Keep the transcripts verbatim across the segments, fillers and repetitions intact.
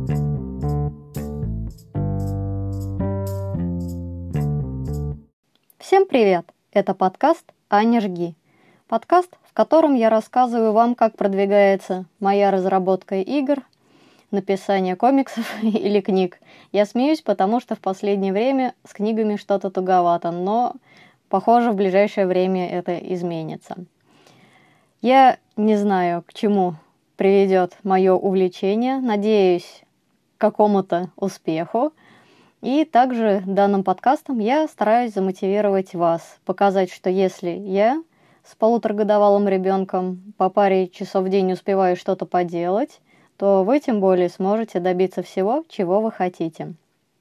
Всем привет! Это подкаст «Аня, жги». Подкаст, в котором я рассказываю вам, как продвигается моя разработка игр, написание комиксов или книг. Я смеюсь, потому что в последнее время с книгами что-то туговато, но, похоже, в ближайшее время это изменится. Я не знаю, к чему приведет мое увлечение, надеюсь, к какому-то успеху. И также данным подкастом я стараюсь замотивировать вас, показать, что если я с полуторагодовалым ребенком по паре часов в день успеваю что-то поделать, то вы тем более сможете добиться всего, чего вы хотите.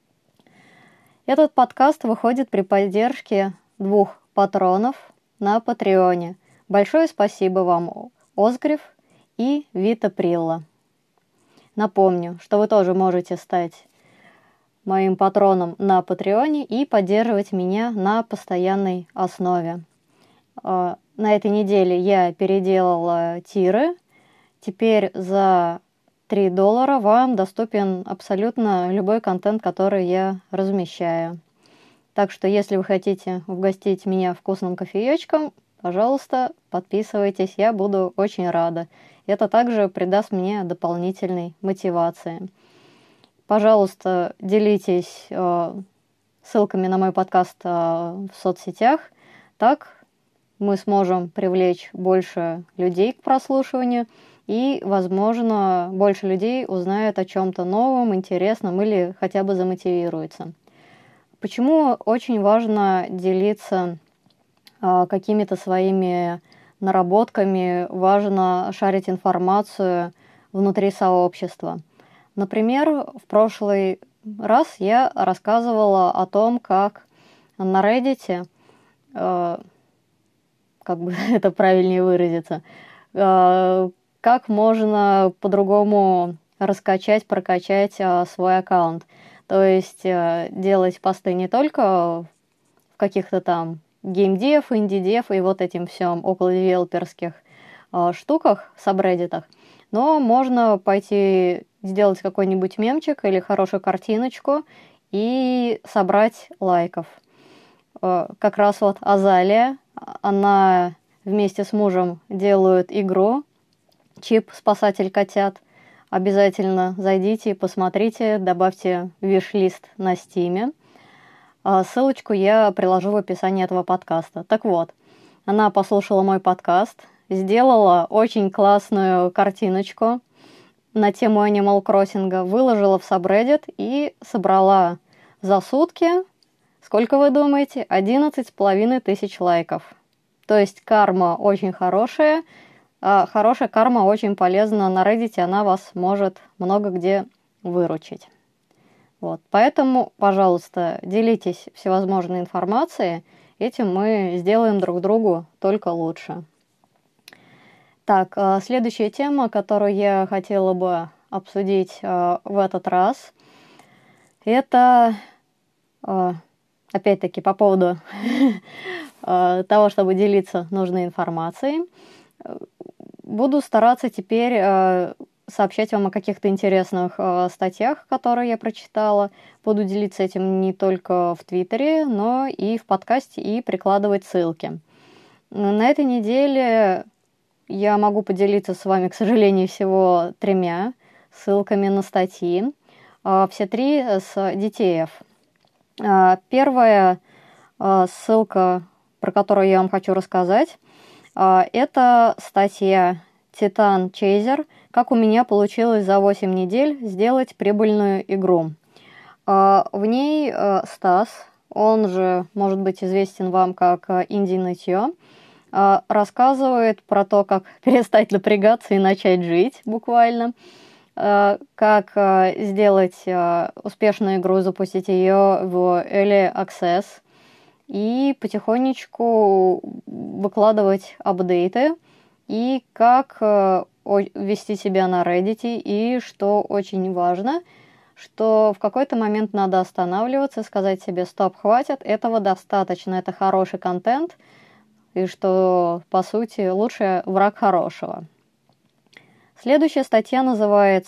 Этот подкаст выходит при поддержке двух патронов на Патреоне. Большое спасибо вам, Озгрев и Вита Прилла. Напомню, что вы тоже можете стать моим патроном на Патреоне и поддерживать меня на постоянной основе. На этой неделе я переделала тиры. Теперь за три доллара вам доступен абсолютно любой контент, который я размещаю. Так что, если вы хотите угостить меня вкусным кофеечком, пожалуйста, подписывайтесь, я буду очень рада. Это также придаст мне дополнительной мотивации. Пожалуйста, делитесь э, ссылками на мой подкаст э, в соцсетях. Так мы сможем привлечь больше людей к прослушиванию. И, возможно, больше людей узнают о чем-то новом, интересном или хотя бы замотивируются. Почему очень важно делиться э, какими-то своими наработками, важно шарить информацию внутри сообщества? Например, в прошлый раз я рассказывала о том, как на Reddit, э, как бы это правильнее выразиться, э, как можно по-другому раскачать, прокачать э, свой аккаунт. То есть э, делать посты не только в каких-то там геймдев, инди-дев и вот этим всем околодевелоперских э, штуках, сабреддитах, но можно пойти сделать какой-нибудь мемчик или хорошую картиночку и собрать лайков. Как раз вот Азалия, она вместе с мужем делают игру «Чип, спасатель котят». Обязательно зайдите, посмотрите, добавьте в виш-лист на Стиме. Ссылочку я приложу в описании этого подкаста. Так вот, она послушала мой подкаст, сделала очень классную картиночку на тему Animal Crossing, выложила в сабреддит и собрала за сутки, сколько вы думаете, одиннадцать с половиной тысяч лайков. То есть карма очень хорошая, а хорошая карма очень полезна на Reddit, она вас может много где выручить. Вот. Поэтому, пожалуйста, делитесь всевозможной информацией, этим мы сделаем друг другу только лучше. Так, следующая тема, которую я хотела бы обсудить в этот раз, это, опять-таки, по поводу того, чтобы делиться нужной информацией. Буду стараться теперь сообщать вам о каких-то интересных статьях, которые я прочитала. Буду делиться этим не только в Твиттере, но и в подкасте, и прикладывать ссылки. На этой неделе я могу поделиться с вами, к сожалению, всего тремя ссылками на статьи. Все три с ди ти эф. Первая ссылка, про которую я вам хочу рассказать, это статья «Titan Chaser. Как у меня получилось за восемь недель сделать прибыльную игру». В ней Стас, он же может быть известен вам как Инди-нытье, рассказывает про то, как перестать напрягаться и начать жить буквально, как сделать успешную игру, запустить ее в Early Access и потихонечку выкладывать апдейты, и как вести себя на Reddit, и, что очень важно, что в какой-то момент надо останавливаться и сказать себе: стоп, хватит, этого достаточно, это хороший контент, и что, по сути, лучший враг хорошего. Следующая статья называется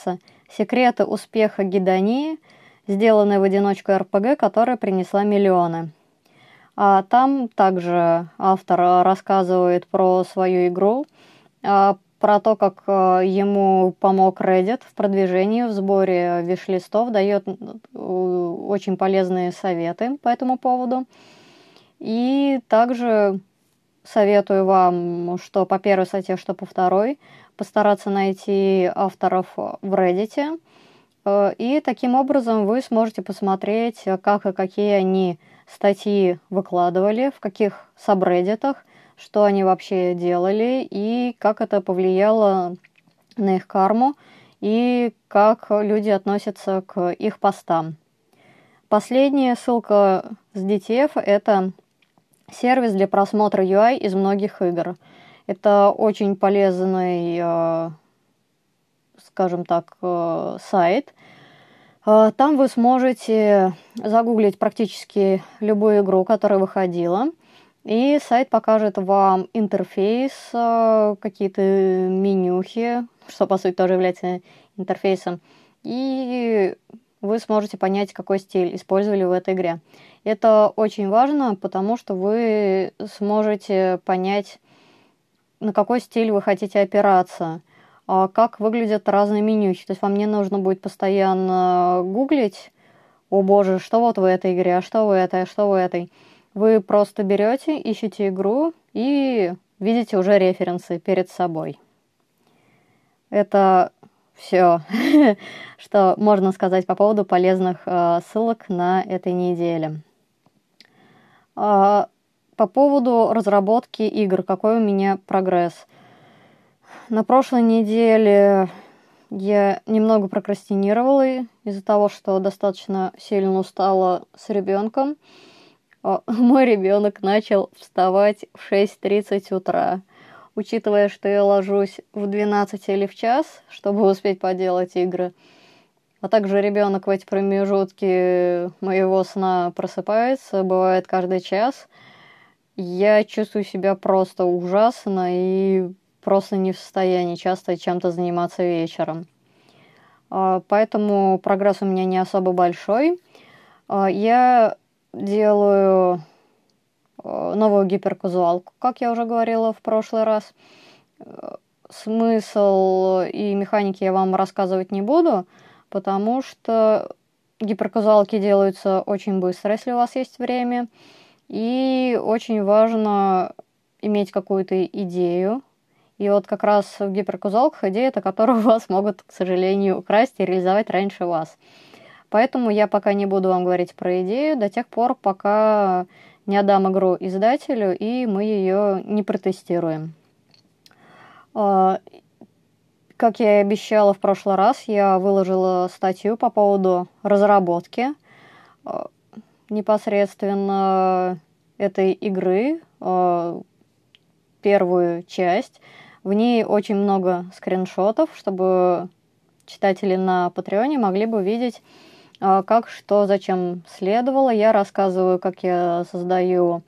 Секреты успеха гедонии, сделанная в одиночку эр пи джи, которая принесла миллионы. А там также автор рассказывает про свою игру, про то, как ему помог Reddit в продвижении, в сборе виш-листов, дает очень полезные советы по этому поводу. И также советую вам, что по первой статье, что по второй, постараться найти авторов в Reddit. И таким образом вы сможете посмотреть, как и какие они статьи выкладывали, в каких сабреддитах, что они вообще делали и как это повлияло на их карму и как люди относятся к их постам. Последняя ссылка с ди ти эф – это сервис для просмотра ю ай из многих игр. Это очень полезный, скажем так, сайт. Там вы сможете загуглить практически любую игру, которая выходила, и сайт покажет вам интерфейс, какие-то менюхи, что по сути тоже является интерфейсом, и вы сможете понять, какой стиль использовали в этой игре. Это очень важно, потому что вы сможете понять, на какой стиль вы хотите опираться, как выглядят разные менюхи. То есть вам не нужно будет постоянно гуглить, о боже, что вот в этой игре, а что в этой, а что в этой. Вы просто берете, ищете игру и видите уже референсы перед собой. Это все, что можно сказать по поводу полезных ссылок на этой неделе. По поводу разработки игр, какой у меня прогресс? На прошлой неделе я немного прокрастинировала из-за того, что достаточно сильно устала с ребенком. Мой ребенок начал вставать в шесть тридцать утра. Учитывая, что я ложусь в двенадцать или в час, чтобы успеть поделать игры, а также ребенок в эти промежутки моего сна просыпается, бывает каждый час, я чувствую себя просто ужасно и просто не в состоянии часто чем-то заниматься вечером. Поэтому прогресс у меня не особо большой. Я делаю новую гиперказуалку, как я уже говорила в прошлый раз. Смысл и механики я вам рассказывать не буду, потому что гиперказуалки делаются очень быстро, если у вас есть время. И очень важно иметь какую-то идею. И вот как раз в гиперказуалках идея, это которую вас могут, к сожалению, украсть и реализовать раньше вас. Поэтому я пока не буду вам говорить про идею до тех пор, пока не отдам игру издателю, и мы ее не протестируем. Как я и обещала в прошлый раз, я выложила статью по поводу разработки непосредственно этой игры, первую часть. В ней очень много скриншотов, чтобы читатели на Патреоне могли бы видеть, как, что, зачем следовало. Я рассказываю, как я создаю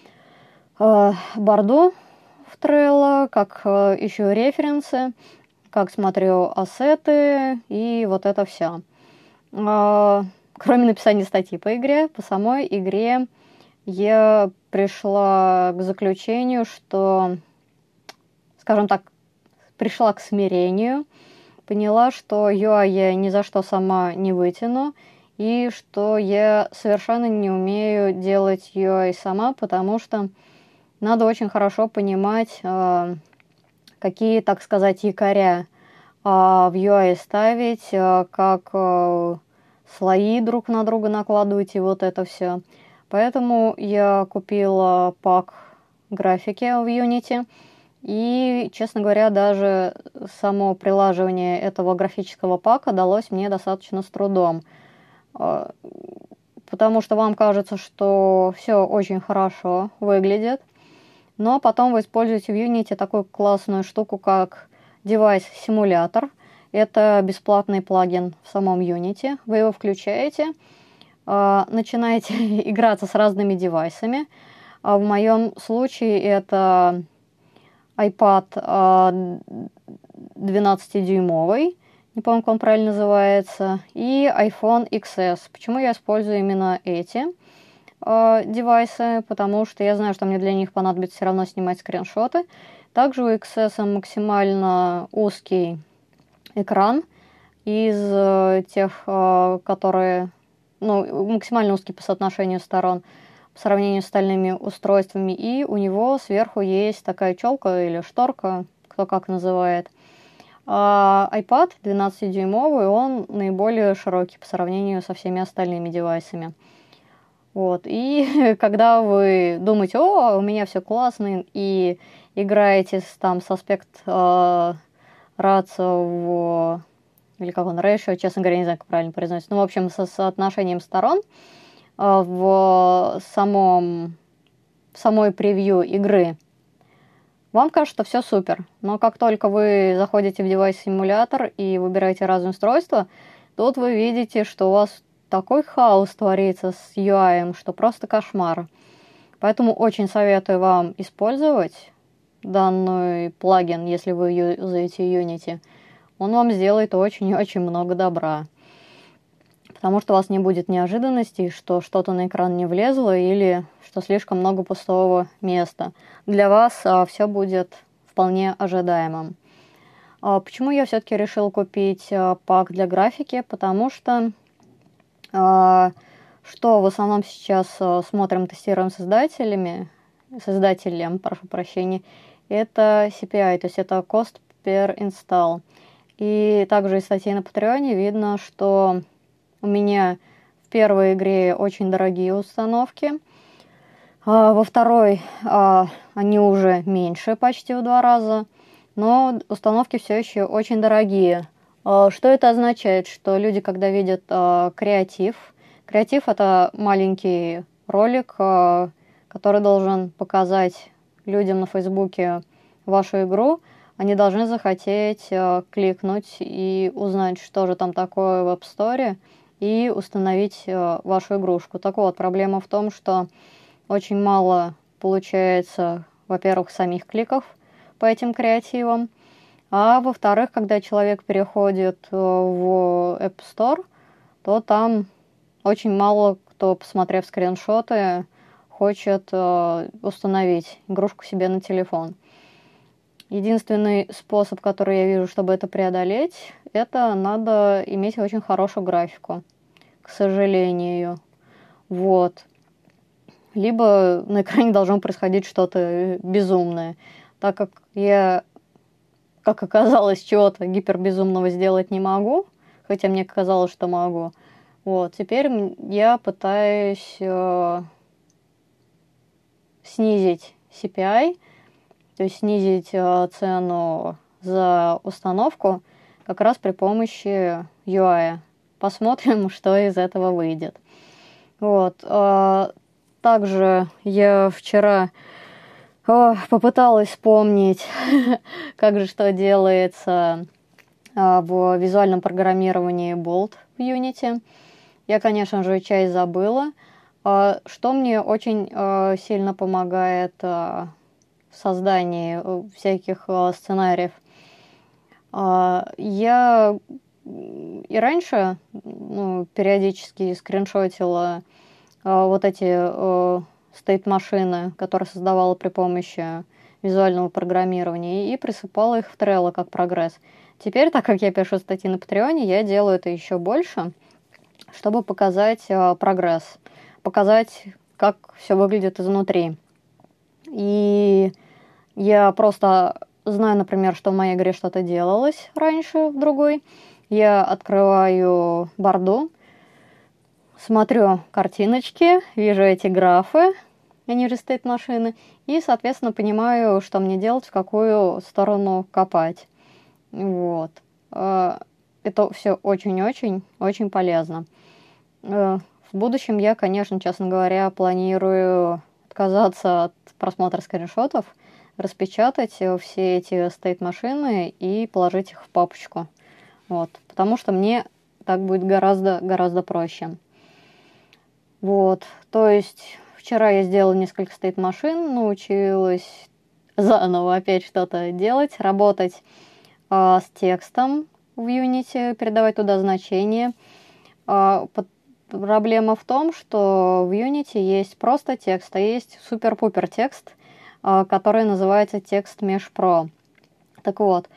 борду в Trello, как ищу референсы, как смотрю ассеты и вот это все. Кроме написания статьи по игре, по самой игре я пришла к заключению, что, скажем так, пришла к смирению, поняла, что ю ай я ни за что сама не вытяну, и что я совершенно не умею делать ю ай сама, потому что надо очень хорошо понимать, какие, так сказать, якоря в ю ай ставить, как слои друг на друга накладывать и вот это все. Поэтому я купила пак графики в Unity. И, честно говоря, даже само прилаживание этого графического пака далось мне достаточно с трудом. Потому что вам кажется, что все очень хорошо выглядит. Но потом вы используете в Unity такую классную штуку, как девайс-симулятор. Это бесплатный плагин в самом Unity. Вы его включаете, начинаете играться с разными девайсами. В моем случае это iPad двенадцатидюймовый, не помню, как он правильно называется, и iPhone икс эс. Почему я использую именно эти э, девайсы? Потому что я знаю, что мне для них понадобится все равно снимать скриншоты. Также у икс эс максимально узкий экран из э, тех, э, которые, ну, максимально узкий по соотношению сторон по сравнению с остальными устройствами. И у него сверху есть такая челка или шторка, кто как называет. А iPad двенадцатидюймовый, он наиболее широкий по сравнению со всеми остальными девайсами. Вот. И когда вы думаете, о, у меня все классно, и играете с, там с аспект э, рацио, или как он, ratio, честно говоря, не знаю, как правильно произносится, ну, в общем, со соотношением сторон э, в самом, в самой превью игры, вам кажется, что все супер, но как только вы заходите в девайс-симулятор и выбираете разные устройства, тут вы видите, что у вас такой хаос творится с ю ай, что просто кошмар. Поэтому очень советую вам использовать данный плагин, если вы юзаете Unity. Он вам сделает очень-очень много добра. Потому что у вас не будет неожиданностей, что что-то на экран не влезло или что слишком много пустого места. Для вас а, все будет вполне ожидаемым. А, почему я все-таки решил купить а, пак для графики? Потому что а, что в основном сейчас а, смотрим, тестируем создателями, создателем, прошу прощения, это си пи ай, то есть это Cost per Install. И также из статьи на Patreon видно, что у меня в первой игре очень дорогие установки, а во второй а, они уже меньше, почти в два раза, но установки все еще очень дорогие. А, что это означает? Что люди, когда видят а, креатив, креатив это маленький ролик, а, который должен показать людям на Фейсбуке вашу игру, они должны захотеть а, кликнуть и узнать, что же там такое в App Store, и установить э, вашу игрушку. Так вот, проблема в том, что очень мало получается, во-первых, самих кликов по этим креативам, а во-вторых, когда человек переходит э, в App Store, то там очень мало кто, посмотрев скриншоты, хочет э, установить игрушку себе на телефон. Единственный способ, который я вижу, чтобы это преодолеть, это надо иметь очень хорошую графику, к сожалению. Вот. Либо на экране должно происходить что-то безумное. Так как я, как оказалось, чего-то гипербезумного сделать не могу, хотя мне казалось, что могу. Вот. Теперь я пытаюсь э, снизить си пи ай, то есть снизить э, цену за установку как раз при помощи ю ай. Посмотрим, что из этого выйдет. Вот. Э, также я вчера э, попыталась вспомнить, как же что делается э, в визуальном программировании Bolt в Unity. Я, конечно же, часть забыла. Э, что мне очень э, сильно помогает э, в создании всяких э, сценариев. Э, я и раньше ну, периодически скриншотила э, вот эти э, стейт-машины, которые создавала при помощи визуального программирования, и присыпала их в Trello как прогресс. Теперь, так как я пишу статьи на Патреоне, я делаю это еще больше, чтобы показать э, прогресс, показать, как все выглядит изнутри. И я просто знаю, например, что в моей игре что-то делалось раньше в другой. Я открываю борду, смотрю картиночки, вижу эти графы, они же стейт-машины, и, соответственно, понимаю, что мне делать, в какую сторону копать. Вот. Это все очень-очень-очень полезно. В будущем я, конечно, честно говоря, планирую отказаться от просмотра скриншотов, распечатать все эти стейт-машины и положить их в папочку. Вот. Потому что мне так будет гораздо-гораздо проще. Вот. То есть вчера я сделала несколько стейт-машин, научилась заново опять что-то делать, работать э, с текстом, в Unity, передавать туда значения. Проблема в том, что в Unity есть просто текст, а есть супер-пупер текст, который называется текст Mesh Pro. Так вот,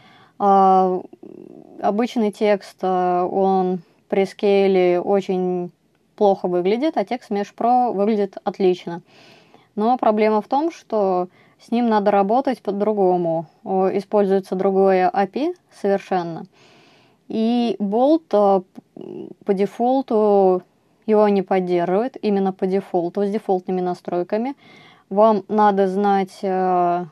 обычный текст, он при скейле очень плохо выглядит, а текст Mesh Pro выглядит отлично. Но проблема в том, что с ним надо работать по-другому. Используется другое эй пи ай совершенно. И Bolt по дефолту его не поддерживает, именно по дефолту, с дефолтными настройками. Вам надо знать, что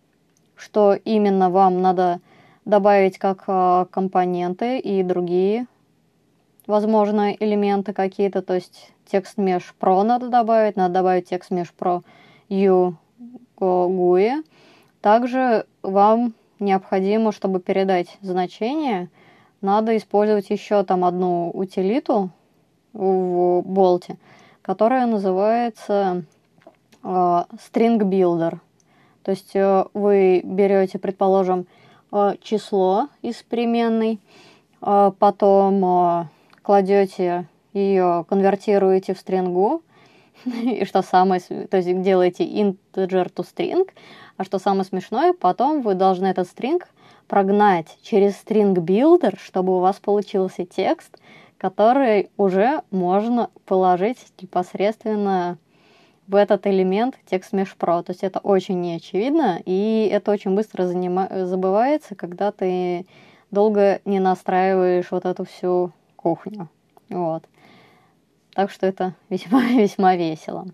именно вам надо добавить как компоненты и другие, возможно, элементы какие-то. То есть текст Mesh Pro надо добавить, надо добавить текст Mesh Pro U джи ю ай. Также вам необходимо, чтобы передать значение, надо использовать еще там одну утилиту в Bolt, которая называется э, String Builder. То есть э, вы берете, предположим, э, число из переменной, э, потом э, кладете ее, конвертируете в стрингу, и что самое, то есть делаете integer to string, а что самое смешное, потом вы должны этот string прогнать через string builder, чтобы у вас получился текст, который уже можно положить непосредственно в этот элемент текст Mesh Pro. То есть это очень неочевидно, и это очень быстро занима- забывается, когда ты долго не настраиваешь вот эту всю кухню. Вот. Так что это весьма-весьма весело.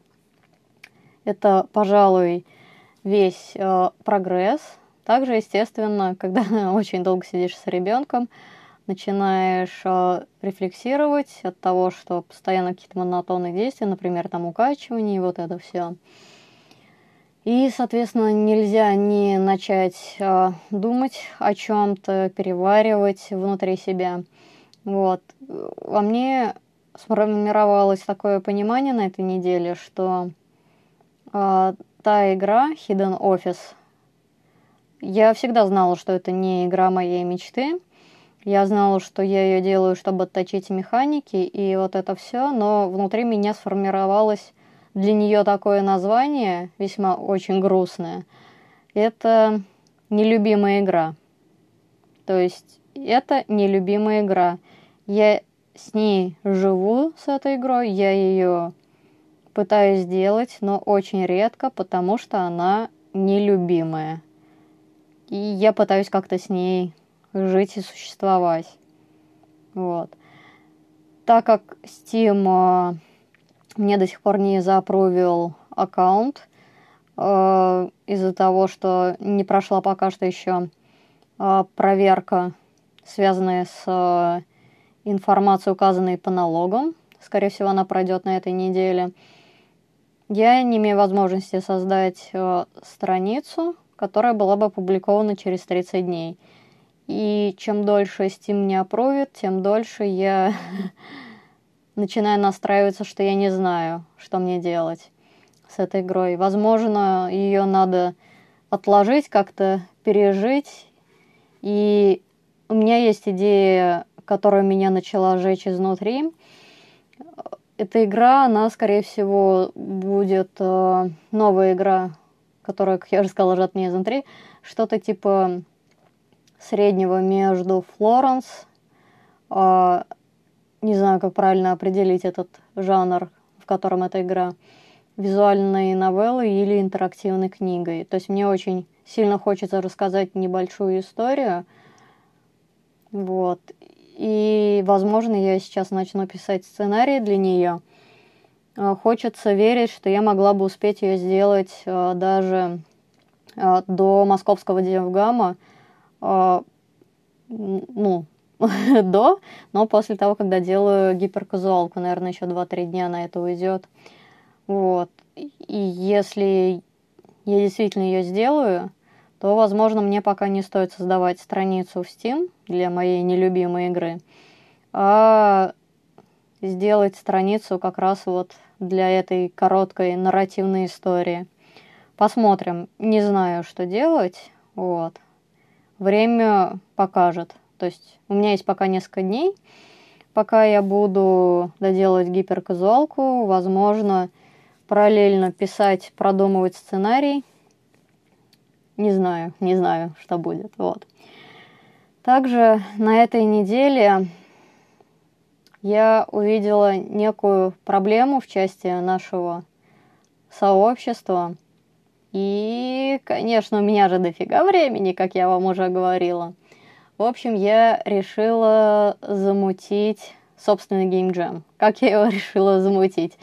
Это, пожалуй, весь э, прогресс. Также, естественно, когда очень долго сидишь с ребенком, начинаешь э, рефлексировать от того, что постоянно какие-то монотонные действия, например, там укачивание и вот это все. И, соответственно, нельзя не начать э, думать о чем-то, переваривать внутри себя. Вот. Во мне сформировалось такое понимание на этой неделе, что э, та игра Hidden Office, я всегда знала, что это не игра моей мечты. Я знала, что я ее делаю, чтобы отточить механики и вот это все, но внутри меня сформировалось для нее такое название, весьма очень грустное. Это нелюбимая игра. То есть это нелюбимая игра. Я с ней живу, с этой игрой, я ее пытаюсь сделать, но очень редко, потому что она нелюбимая. И я пытаюсь как-то с ней жить и существовать. Вот. Так как Steam э, мне до сих пор не заапрувил аккаунт э, из-за того, что не прошла пока что еще э, проверка, связанная с э, информацией, указанной по налогам. Скорее всего, она пройдет на этой неделе. Я не имею возможности создать э, страницу, которая была бы опубликована через тридцать дней. И чем дольше Steam не апрувит, тем дольше я начинаю настраиваться, что я не знаю, что мне делать с этой игрой. Возможно, ее надо отложить, как-то пережить. И у меня есть идея, которая меня начала жечь изнутри. Эта игра, она, скорее всего, будет э, новая игра, которая, как я уже сказала, жжет меня изнутри. Что-то типа среднего между Флоренс, э, не знаю, как правильно определить этот жанр, в котором эта игра, визуальной новеллой или интерактивной книгой. То есть мне очень сильно хочется рассказать небольшую историю. Вот. И, возможно, я сейчас начну писать сценарий для нее. Хочется верить, что я могла бы успеть ее сделать э, даже э, до московского Девгама. Э, ну, до, но после того, когда делаю гиперказуалку, наверное, еще два-три дня на это уйдет. Вот. И если я действительно ее сделаю, то, возможно, мне пока не стоит создавать страницу в Steam для моей нелюбимой игры, а сделать страницу как раз вот для этой короткой нарративной истории. Посмотрим. Не знаю, что делать. Вот. Время покажет. То есть у меня есть пока несколько дней, пока я буду доделывать гиперказуалку, возможно, параллельно писать, продумывать сценарий. Не знаю, не знаю, что будет. Вот. Также на этой неделе я увидела некую проблему в части нашего сообщества. И, конечно, у меня же дофига времени, как я вам уже говорила. В общем, я решила замутить собственный геймджем. Как я его решила замутить?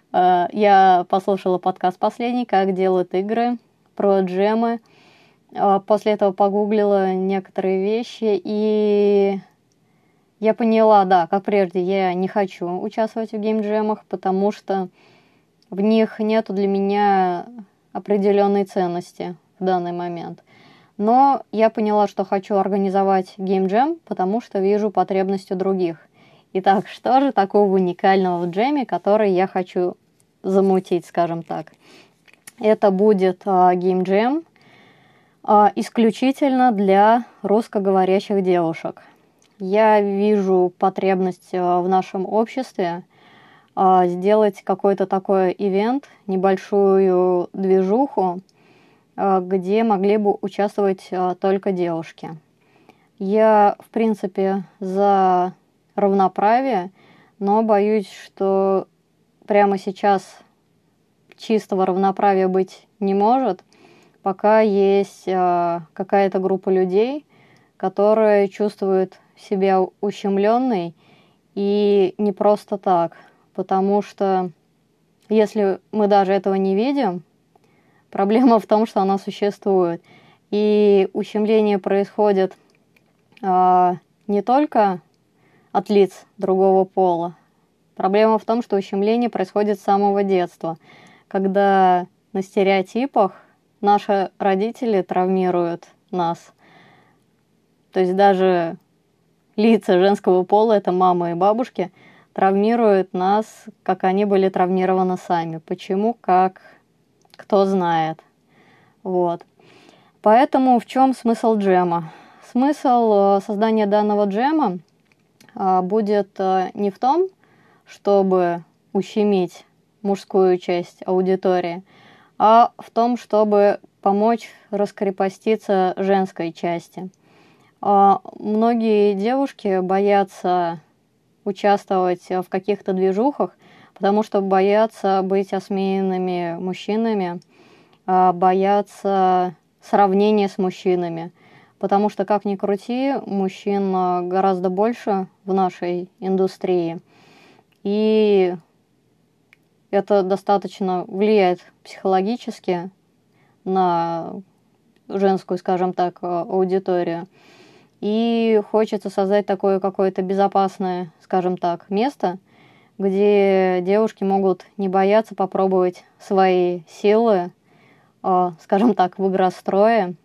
Я послушала подкаст последний, как делают игры, про джемы. После этого погуглила некоторые вещи, и я поняла, да, как прежде, я не хочу участвовать в геймджемах, потому что в них нету для меня определенной ценности в данный момент. Но я поняла, что хочу организовать геймджем, потому что вижу потребность у других. Итак, что же такого уникального в джеме, который я хочу замутить, скажем так? Это будет а, геймджем а, исключительно для русскоговорящих девушек. Я вижу потребность а, в нашем обществе а, сделать какой-то такой ивент, небольшую движуху, а, где могли бы участвовать а, только девушки. Я, в принципе, за равноправие, но боюсь, что прямо сейчас чистого равноправия быть не может, пока есть а, какая-то группа людей, которые чувствуют себя ущемленной, и не просто так. Потому что если мы даже этого не видим, проблема в том, что она существует. И ущемление происходит а, не только от лиц другого пола. Проблема в том, что ущемление происходит с самого детства, когда на стереотипах наши родители травмируют нас. То есть даже лица женского пола, это мамы и бабушки, травмируют нас, как они были травмированы сами. Почему, как, кто знает. Вот. Поэтому в чем смысл джема? Смысл создания данного джема будет не в том, чтобы ущемить мужскую часть аудитории, а в том, чтобы помочь раскрепоститься женской части. Многие девушки боятся участвовать в каких-то движухах, потому что боятся быть осмеянными мужчинами, боятся сравнения с мужчинами. Потому что, как ни крути, мужчин гораздо больше в нашей индустрии. И это достаточно влияет психологически на женскую, скажем так, аудиторию. И хочется создать такое какое-то безопасное, скажем так, место, где девушки могут не бояться попробовать свои силы, скажем так, в игрострое.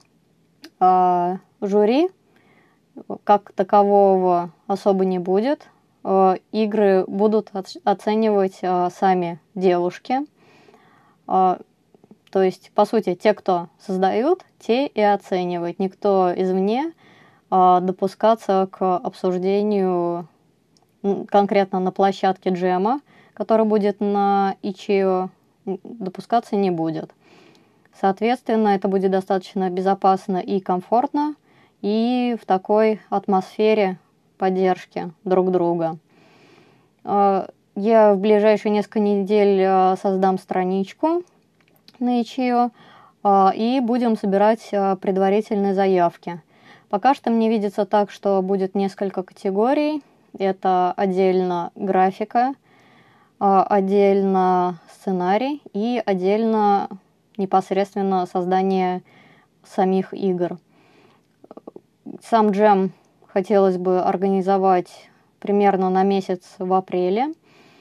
Жюри как такового особо не будет. Игры будут оценивать сами девушки. То есть, по сути, те, кто создают, те и оценивают. Никто извне допускаться к обсуждению конкретно на площадке джема, который будет на Itch.io, допускаться не будет. Соответственно, это будет достаточно безопасно и комфортно, и в такой атмосфере поддержки друг друга. Я в ближайшие несколько недель создам страничку на Itch.io и будем собирать предварительные заявки. Пока что мне видится так, что будет несколько категорий. Это отдельно графика, отдельно сценарий и отдельно непосредственно создание самих игр. Сам джем хотелось бы организовать примерно на месяц в апреле.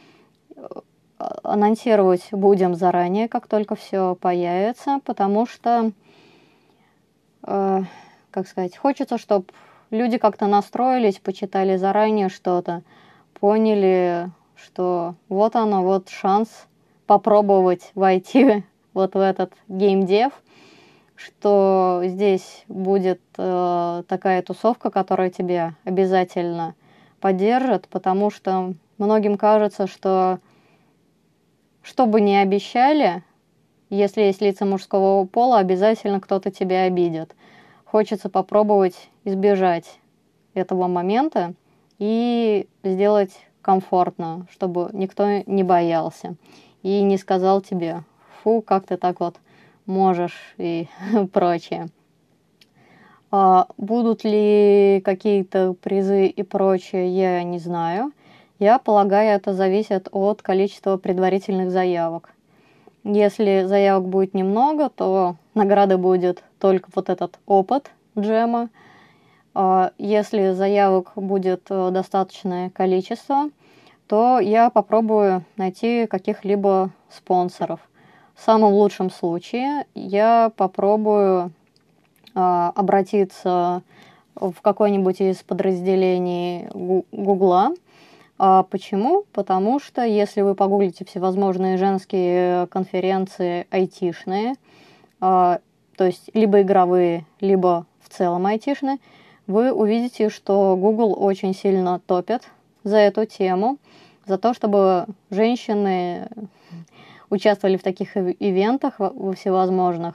Анонсировать будем заранее, как только все появится, потому что, э, как сказать, хочется, чтобы люди как-то настроились, почитали заранее что-то, поняли, что вот оно, вот шанс попробовать войти вот в этот геймдев, что здесь будет э, такая тусовка, которая тебя обязательно поддержит, потому что многим кажется, что что бы ни обещали, если есть лица мужского пола, обязательно кто-то тебя обидит. Хочется попробовать избежать этого момента и сделать комфортно, чтобы никто не боялся и не сказал тебе: фу, как ты так вот можешь и прочее. А будут ли какие-то призы и прочее, я не знаю. Я полагаю, это зависит от количества предварительных заявок. Если заявок будет немного, то награда будет только вот этот опыт джема. Если заявок будет достаточное количество, то я попробую найти каких-либо спонсоров. В самом лучшем случае я попробую а, обратиться в какое-нибудь из подразделений Гугла. А почему? Потому что если вы погуглите всевозможные женские конференции айтишные, а, то есть либо игровые, либо в целом айтишные, вы увидите, что Google очень сильно топит за эту тему, за то, чтобы женщины участвовали в таких ивентах во всевозможных,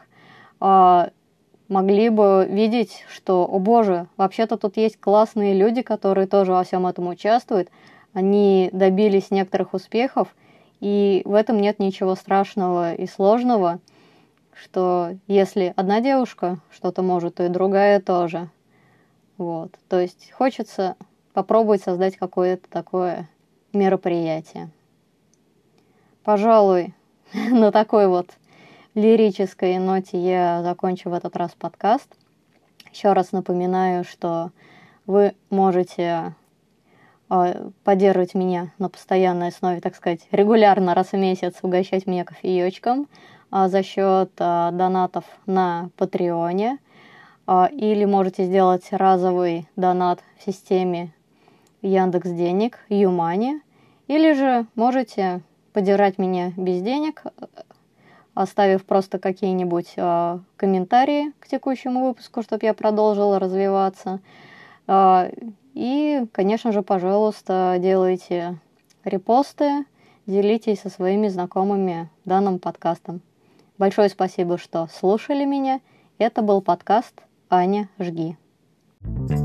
могли бы видеть, что, о боже, вообще-то тут есть классные люди, которые тоже во всем этом участвуют, они добились некоторых успехов, и в этом нет ничего страшного и сложного, что если одна девушка что-то может, то и другая тоже. Вот. То есть хочется попробовать создать какое-то такое мероприятие. Пожалуй, на такой вот лирической ноте я закончу в этот раз подкаст. Еще раз напоминаю, что вы можете поддерживать меня на постоянной основе, так сказать, регулярно раз в месяц угощать меня кофеечком за счет донатов на Патреоне. Или можете сделать разовый донат в системе Яндекс.Денег, Юмани. Или же можете поддержать меня без денег, оставив просто какие-нибудь э, комментарии к текущему выпуску, чтобы я продолжила развиваться. Э, и, конечно же, пожалуйста, делайте репосты, делитесь со своими знакомыми данным подкастом. Большое спасибо, что слушали меня. Это был подкаст «Аня, жги».